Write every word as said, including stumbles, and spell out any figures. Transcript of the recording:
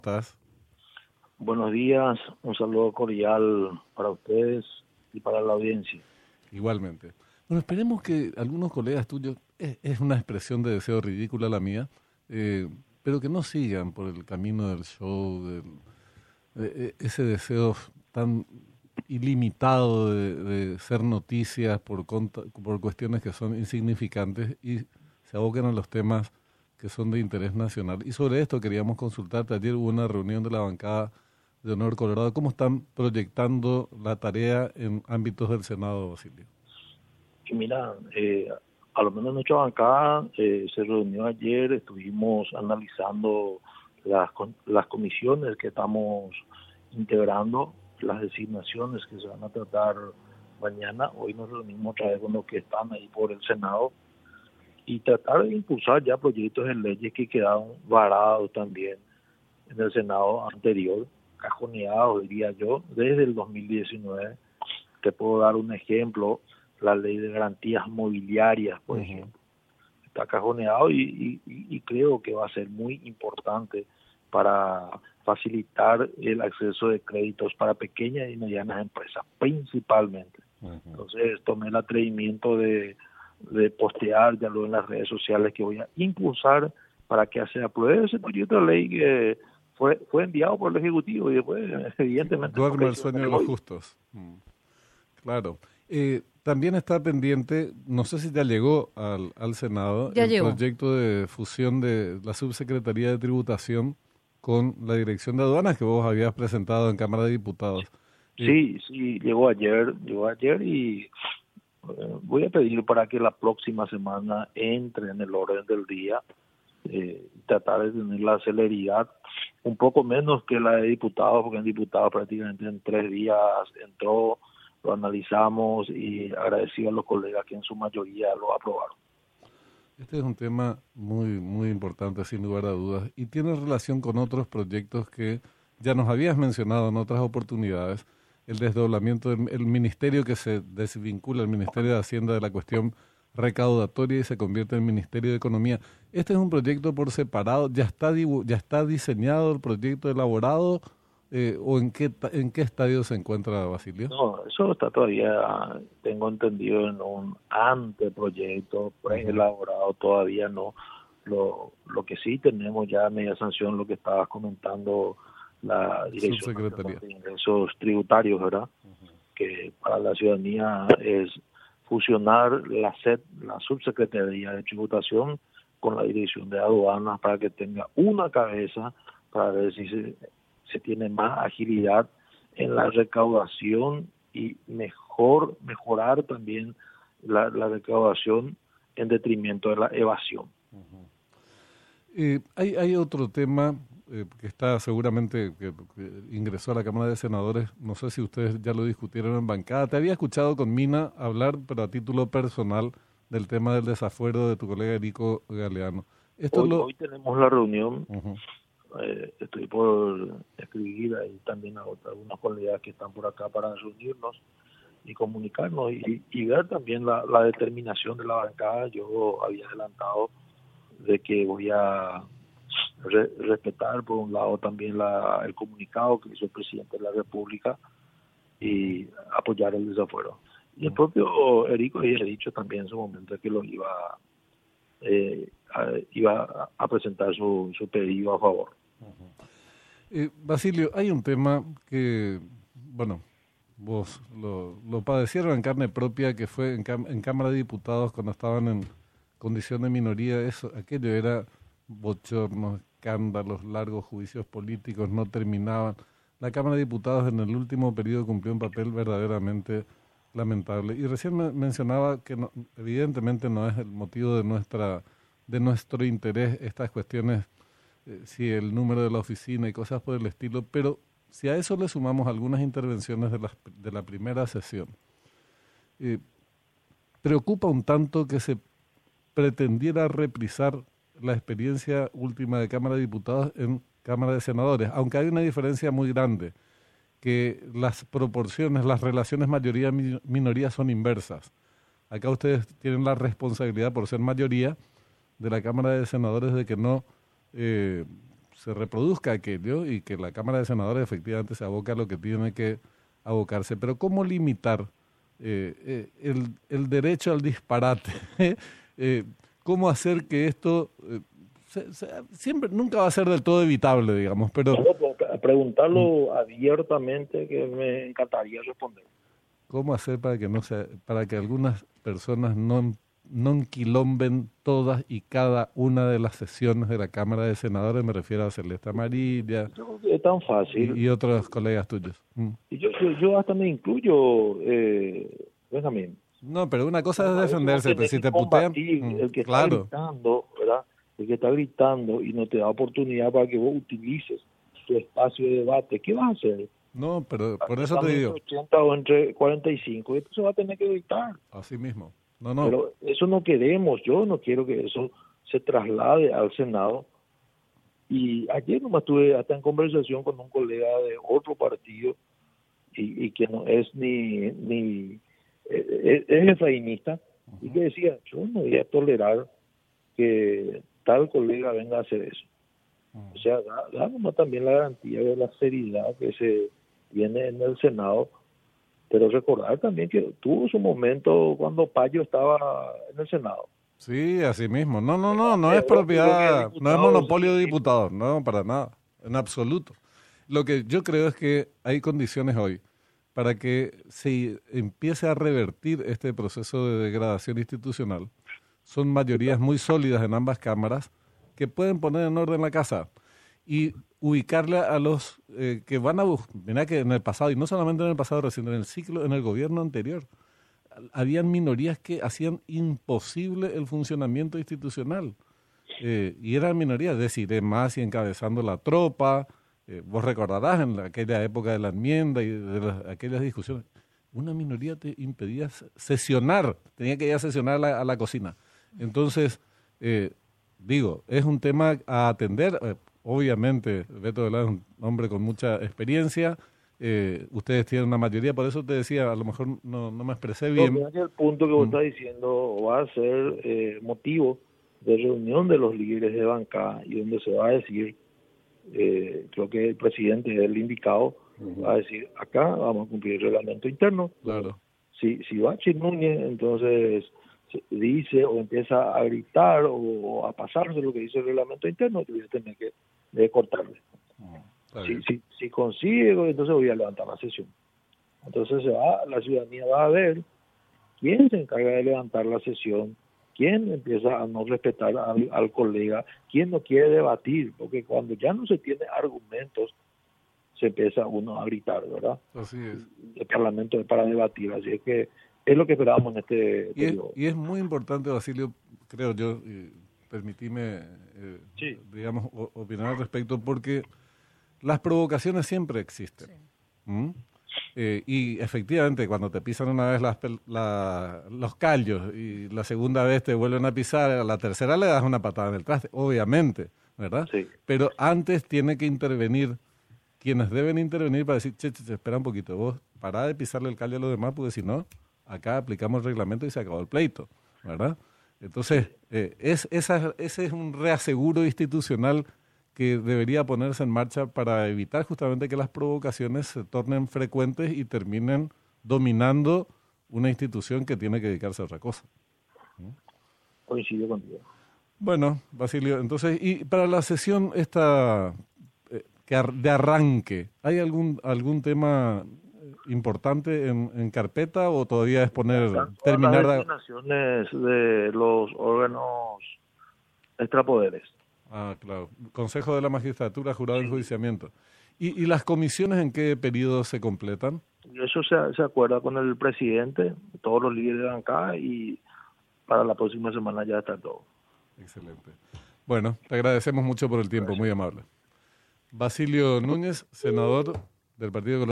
¿Estás? Buenos días, un saludo cordial para ustedes y para la audiencia. Igualmente. Bueno, esperemos que algunos colegas tuyos, es, es una expresión de deseo ridícula la mía, eh, pero que no sigan por el camino del show, del, de, de ese deseo tan ilimitado de, de ser noticias por, conta, por cuestiones que son insignificantes y se aboquen a los temas que son de interés nacional. Y sobre esto queríamos consultarte. Ayer hubo una reunión de la bancada de Honor Colorado. ¿Cómo están proyectando la tarea en ámbitos del Senado, Basilio? Y mira, eh, a lo menos nuestra bancada eh, se reunió ayer, estuvimos analizando las, las comisiones que estamos integrando, las designaciones que se van a tratar mañana. Hoy nos reunimos otra vez con los que están ahí por el Senado y tratar de impulsar ya proyectos de leyes que quedaron varados también en el Senado anterior, cajoneados, diría yo, desde el dos mil diecinueve. Te puedo dar un ejemplo, la ley de garantías mobiliarias, por uh-huh. ejemplo. Está cajoneado y, y, y creo que va a ser muy importante para facilitar el acceso de créditos para pequeñas y medianas empresas, principalmente. Uh-huh. Entonces tomé el atrevimiento de, de postear ya luego en las redes sociales que voy a impulsar para que se apruebe ese proyecto de ley que fue fue enviado por el Ejecutivo y después, evidentemente... Duerme el sueño de los justos. Mm. Claro. Eh, también está pendiente, no sé si ya llegó al, al Senado, ya el llegó. proyecto de fusión de la Subsecretaría de Tributación con la Dirección de Aduanas que vos habías presentado en Cámara de Diputados. Sí, sí, llegó ayer, llegó ayer y eh, voy a pedir para que la próxima semana entre en el orden del día, eh, tratar de tener la celeridad, un poco menos que la de diputados, porque en diputados prácticamente en tres días entró, lo analizamos y agradecido a los colegas que en su mayoría lo aprobaron. Este es un tema muy muy importante, sin lugar a dudas, y tiene relación con otros proyectos que ya nos habías mencionado en otras oportunidades, el desdoblamiento del el ministerio que se desvincula, el Ministerio de Hacienda, de la cuestión recaudatoria y se convierte en Ministerio de Economía. Este es un proyecto por separado, ya está ya está diseñado el proyecto elaborado, eh, o en qué en qué estadio se encuentra, Basilio. No, eso está todavía, tengo entendido, en un anteproyecto pues, uh-huh. elaborado, todavía no. Lo lo que sí tenemos ya media sanción, lo que estabas comentando, la Dirección de Ingresos Tributarios, ¿verdad? Uh-huh. Que para la ciudadanía es fusionar la S E T, la Subsecretaría de Tributación, con la Dirección de Aduanas para que tenga una cabeza para ver si se, se tiene más agilidad en la recaudación y mejor mejorar también la, la recaudación en detrimento de la evasión. Uh-huh. Eh, hay, hay otro tema eh, que está seguramente, que, que ingresó a la Cámara de Senadores, no sé si ustedes ya lo discutieron en bancada. Te había escuchado con Mina hablar, pero a título personal, del tema del desafuero de tu colega Erico Galeano. Esto hoy, lo... hoy tenemos la reunión, uh-huh. eh, estoy por escribir ahí también a otras, algunas colegas que están por acá para reunirnos y comunicarnos y, y ver también la, la determinación de la bancada. Yo había adelantado de que voy a re, respetar por un lado también la, el comunicado que hizo el presidente de la República y apoyar el desafuero. Y el propio Erico había dicho también en su momento que lo iba, eh, a, iba a presentar su, su pedido a favor. Uh-huh. eh, Basilio, hay un tema que, bueno, vos lo, lo padecieron en carne propia, que fue en, en Cámara de Diputados cuando estaban en condición de minoría. Eso, aquello era bochornos, escándalos, largos juicios políticos, no terminaban. La Cámara de Diputados en el último periodo cumplió un papel verdaderamente lamentable. Y recién me mencionaba que no, evidentemente no es el motivo de nuestra de nuestro interés estas cuestiones, eh, si el número de la oficina y cosas por el estilo, pero si a eso le sumamos algunas intervenciones de, las, de la primera sesión, eh, preocupa un tanto que se pretendiera reprisar la experiencia última de Cámara de Diputados en Cámara de Senadores, aunque hay una diferencia muy grande, que las proporciones, las relaciones mayoría-minoría son inversas. Acá ustedes tienen la responsabilidad, por ser mayoría de la Cámara de Senadores, de que no eh, se reproduzca aquello y que la Cámara de Senadores efectivamente se aboque a lo que tiene que abocarse. Pero ¿cómo limitar eh, eh, el, el derecho al disparate? eh, ¿Cómo hacer que esto eh, se, se, siempre nunca va a ser del todo evitable, digamos? Pero no, preguntarlo abiertamente, que me encantaría responder. ¿Cómo hacer para que no sea, para que algunas personas no no enquilomben todas y cada una de las sesiones de la Cámara de Senadores? Me refiero a Celeste Amarilla. Yo creo que es tan fácil. Y, y otros colegas tuyos. Mm. Y yo, yo, yo hasta me incluyo, eh, Benjamín. No, pero una cosa no, es defenderse, pero si te putean... Mm, el que claro. está gritando, ¿verdad? El que está gritando y no te da oportunidad para que vos utilices tu espacio de debate, ¿qué vas a hacer? No, pero por eso te digo... entre ochenta o entre cuarenta y cinco, esto se va a tener que gritar. Así mismo. No, no. Pero eso no queremos, yo no quiero que eso se traslade al Senado. Y ayer nomás estuve hasta en conversación con un colega de otro partido y, y que no es ni, ni es, es efraínista, uh-huh. y que decía, yo no voy a tolerar que tal colega venga a hacer eso. Uh-huh. O sea, da, da nomás también la garantía de la seriedad que se tiene en el Senado. Pero recordar también que tuvo su momento cuando Payo estaba en el Senado. Sí, así mismo. No, no, no, no es propiedad, no es monopolio de diputados, no, para nada, en absoluto. Lo que yo creo es que hay condiciones hoy para que se empiece a revertir este proceso de degradación institucional. Son mayorías muy sólidas en ambas cámaras que pueden poner en orden la casa y ubicarle a los eh, que van a buscar. Mirá que en el pasado, y no solamente en el pasado reciente, en el ciclo, en el gobierno anterior, habían minorías que hacían imposible el funcionamiento institucional. Eh, y eran minorías, es decir, más y encabezando la tropa. Eh, vos recordarás en la, aquella época de la enmienda y de las, aquellas discusiones. Una minoría te impedía sesionar, tenía que ir a sesionar a la, a la cocina. Entonces, eh, digo, es un tema a atender. Eh, Obviamente, Beto Velázquez es un hombre con mucha experiencia, eh, ustedes tienen una mayoría, por eso te decía, a lo mejor no, no me expresé bien. No, el punto que vos mm. estás diciendo va a ser eh, motivo de reunión de los líderes de bancada y donde se va a decir, eh, creo que el presidente es el indicado, uh-huh. va a decir, acá vamos a cumplir el reglamento interno. Claro. Si, si va Chip Núñez, entonces dice o empieza a gritar o, o a pasarse lo que dice el reglamento interno, yo voy a tener que de cortarle. Uh, si, si, si consigo, entonces voy a levantar la sesión. Entonces se va, la ciudadanía va a ver quién se encarga de levantar la sesión, quién empieza a no respetar al, al colega, quién no quiere debatir, porque cuando ya no se tiene argumentos, se empieza uno a gritar, ¿verdad? Así es. El Parlamento es para debatir, así es que es lo que esperábamos en este y es, periodo. Y es muy importante, Basilio, creo yo, y permitime, eh, sí. digamos, o, opinar al respecto, porque las provocaciones siempre existen. Sí. ¿Mm? Eh, y efectivamente, cuando te pisan una vez las, la, los callos y la segunda vez te vuelven a pisar, a la tercera le das una patada en el traste, obviamente, ¿verdad? Sí. Pero antes tiene que intervenir quienes deben intervenir para decir, che, che, che, espera un poquito, vos pará de pisarle el callo a los demás, porque si no, acá aplicamos el reglamento y se acabó el pleito, ¿verdad? Entonces, eh, es, esa, ese es un reaseguro institucional que debería ponerse en marcha para evitar justamente que las provocaciones se tornen frecuentes y terminen dominando una institución que tiene que dedicarse a otra cosa. ¿Mm? Coincido contigo. Bueno, Basilio, entonces, y para la sesión esta eh, que ar- de arranque, ¿hay algún algún tema importante en, en carpeta o todavía es poner, terminar las designaciones de los órganos extrapoderes? Ah, claro. Consejo de la Magistratura, Jurado de Enjuiciamiento. ¿Y, ¿Y las comisiones en qué periodo se completan? Eso se, se acuerda con el presidente, todos los líderes de bancada, y para la próxima semana ya está todo. Excelente. Bueno, te agradecemos mucho por el tiempo, Gracias. Muy amable. Basilio Núñez, senador del Partido Colorado.